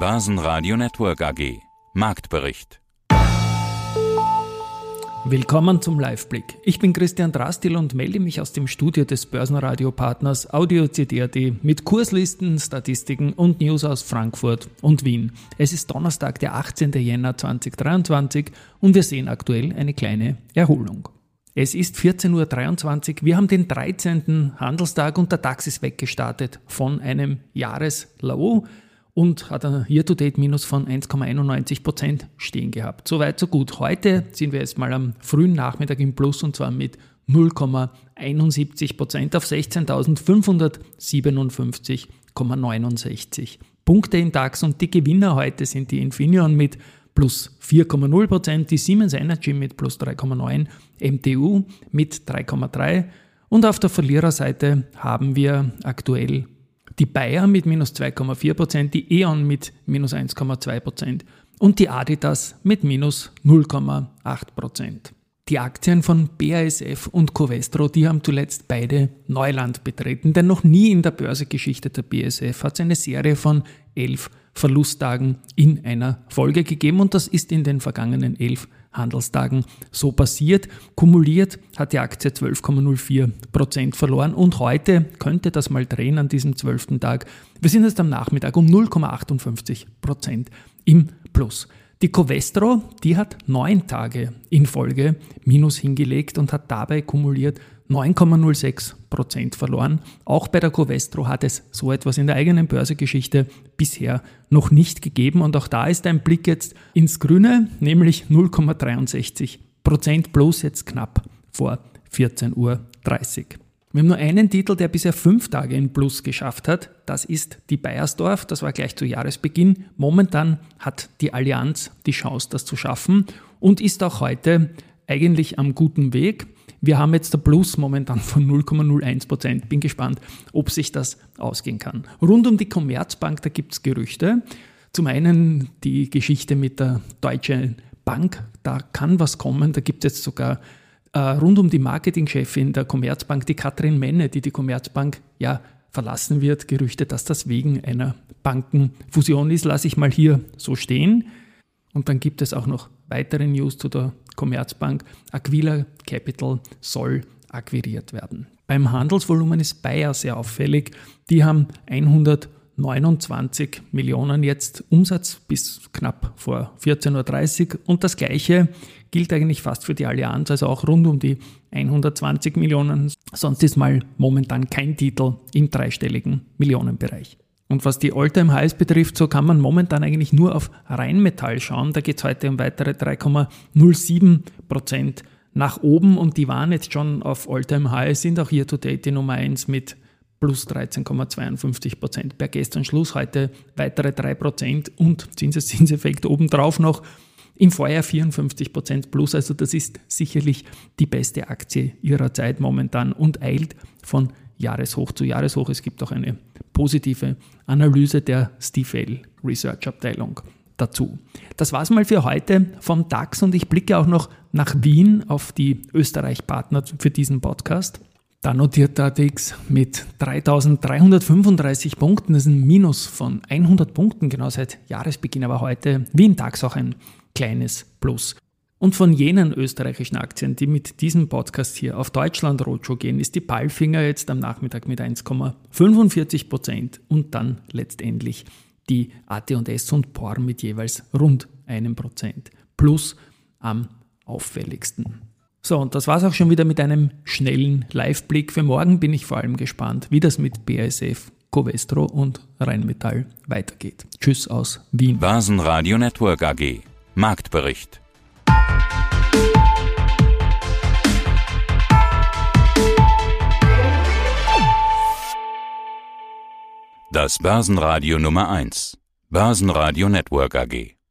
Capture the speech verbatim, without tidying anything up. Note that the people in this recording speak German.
Börsenradio Network A G. Marktbericht. Willkommen zum Live-Blick. Ich bin Christian Drastil und melde mich aus dem Studio des Börsenradio-Partners Audio C D punkt A T mit Kurslisten, Statistiken und News aus Frankfurt und Wien. Es ist Donnerstag, der achtzehnten Jänner zweitausenddreiundzwanzig und wir sehen aktuell eine kleine Erholung. Es ist vierzehn Uhr dreiundzwanzig, wir haben den dreizehnten Handelstag und der DAX ist weggestartet von einem Jahreslow und hat ein Year-to-Date-Minus von eins Komma einundneunzig Prozent stehen gehabt. Soweit, so gut. Heute sind wir erstmal am frühen Nachmittag im Plus und zwar mit null Komma einundsiebzig Prozent auf sechzehntausendfünfhundertsiebenundfünfzig Komma neunundsechzig Punkte im DAX und die Gewinner heute sind die Infineon mit plus vier Komma null Prozent, die Siemens Energy mit plus drei Komma neun, M T U mit drei Komma drei und auf der Verliererseite haben wir aktuell die Bayer mit minus zwei Komma vier Prozent, die E.ON mit minus eins Komma zwei Prozent und die Adidas mit minus null Komma acht Prozent. Die Aktien von B A S F und Covestro, die haben zuletzt beide Neuland betreten, denn noch nie in der Börsegeschichte der B A S F hat es eine Serie von elf Verlusttagen in einer Folge gegeben und das ist in den vergangenen elf Handelstagen so passiert. Kumuliert hat die Aktie zwölf Komma null vier Prozent verloren und heute könnte das mal drehen an diesem zwölften Tag. Wir sind jetzt am Nachmittag um null Komma achtundfünfzig Prozent im Plus. Die Covestro, die hat neun Tage in Folge Minus hingelegt und hat dabei kumuliert neun Komma null sechs Prozent verloren. Auch bei der Covestro hat es so etwas in der eigenen Börsegeschichte bisher noch nicht gegeben und auch da ist ein Blick jetzt ins Grüne, nämlich null Komma dreiundsechzig Prozent plus jetzt knapp vor vierzehn Uhr dreißig. Wir haben nur einen Titel, der bisher fünf Tage in Plus geschafft hat. Das ist die Beiersdorf. Das war gleich zu Jahresbeginn. Momentan hat die Allianz die Chance, das zu schaffen und ist auch heute eigentlich am guten Weg. Wir haben jetzt der Plus momentan von null Komma null eins Prozent. Bin gespannt, ob sich das ausgehen kann. Rund um die Commerzbank, da gibt es Gerüchte. Zum einen die Geschichte mit der Deutschen Bank. Da kann was kommen. Da gibt es jetzt sogar äh, rund um die Marketingchefin der Commerzbank, die Katrin Menne, die die Commerzbank ja verlassen wird. Gerüchte, dass das wegen einer Bankenfusion ist, lasse ich mal hier so stehen. Und dann gibt es auch noch weitere News zu der Commerzbank. Aquila Capital soll akquiriert werden. Beim Handelsvolumen ist Bayer sehr auffällig. Die haben hundertneunundzwanzig Millionen jetzt Umsatz bis knapp vor vierzehn Uhr dreißig und das Gleiche gilt eigentlich fast für die Allianz, also auch rund um die hundertzwanzig Millionen. Sonst ist mal momentan kein Titel im dreistelligen Millionenbereich. Und was die All-Time-Highs betrifft, so kann man momentan eigentlich nur auf Rheinmetall schauen. Da geht es heute um weitere drei Komma null sieben Prozent nach oben und die waren jetzt schon auf All-Time-High, sind auch Year-to-Date die Nummer eins mit plus dreizehn Komma zweiundfünfzig Prozent. Per gestern Schluss heute weitere drei Prozent und Zinseszinseffekt obendrauf noch. Im Vorjahr vierundfünfzig Prozent plus, also das ist sicherlich die beste Aktie ihrer Zeit momentan und eilt von Jahreshoch zu Jahreshoch. Es gibt auch eine positive Analyse der Stifel Research Abteilung dazu. Das war's mal für heute vom DAX und ich blicke auch noch nach Wien auf die Österreich-Partner für diesen Podcast. Da notiert der A T X mit dreitausenddreihundertfünfunddreißig Punkten, das ist ein Minus von hundert Punkten, genau seit Jahresbeginn, aber heute wie im DAX auch ein kleines Plus. Und von jenen österreichischen Aktien, die mit diesem Podcast hier auf Deutschland Roadshow gehen, ist die Palfinger jetzt am Nachmittag mit eins Komma fünfundvierzig Prozent und dann letztendlich die A T und S und P O R mit jeweils rund einem Prozent plus am auffälligsten. So, und das war's auch schon wieder mit einem schnellen Live-Blick. Für morgen bin ich vor allem gespannt, wie das mit B A S F, Covestro und Rheinmetall weitergeht. Tschüss aus Wien. Börsenradio Network A G. Marktbericht. Das Börsenradio Nummer eins. Börsenradio Network A G.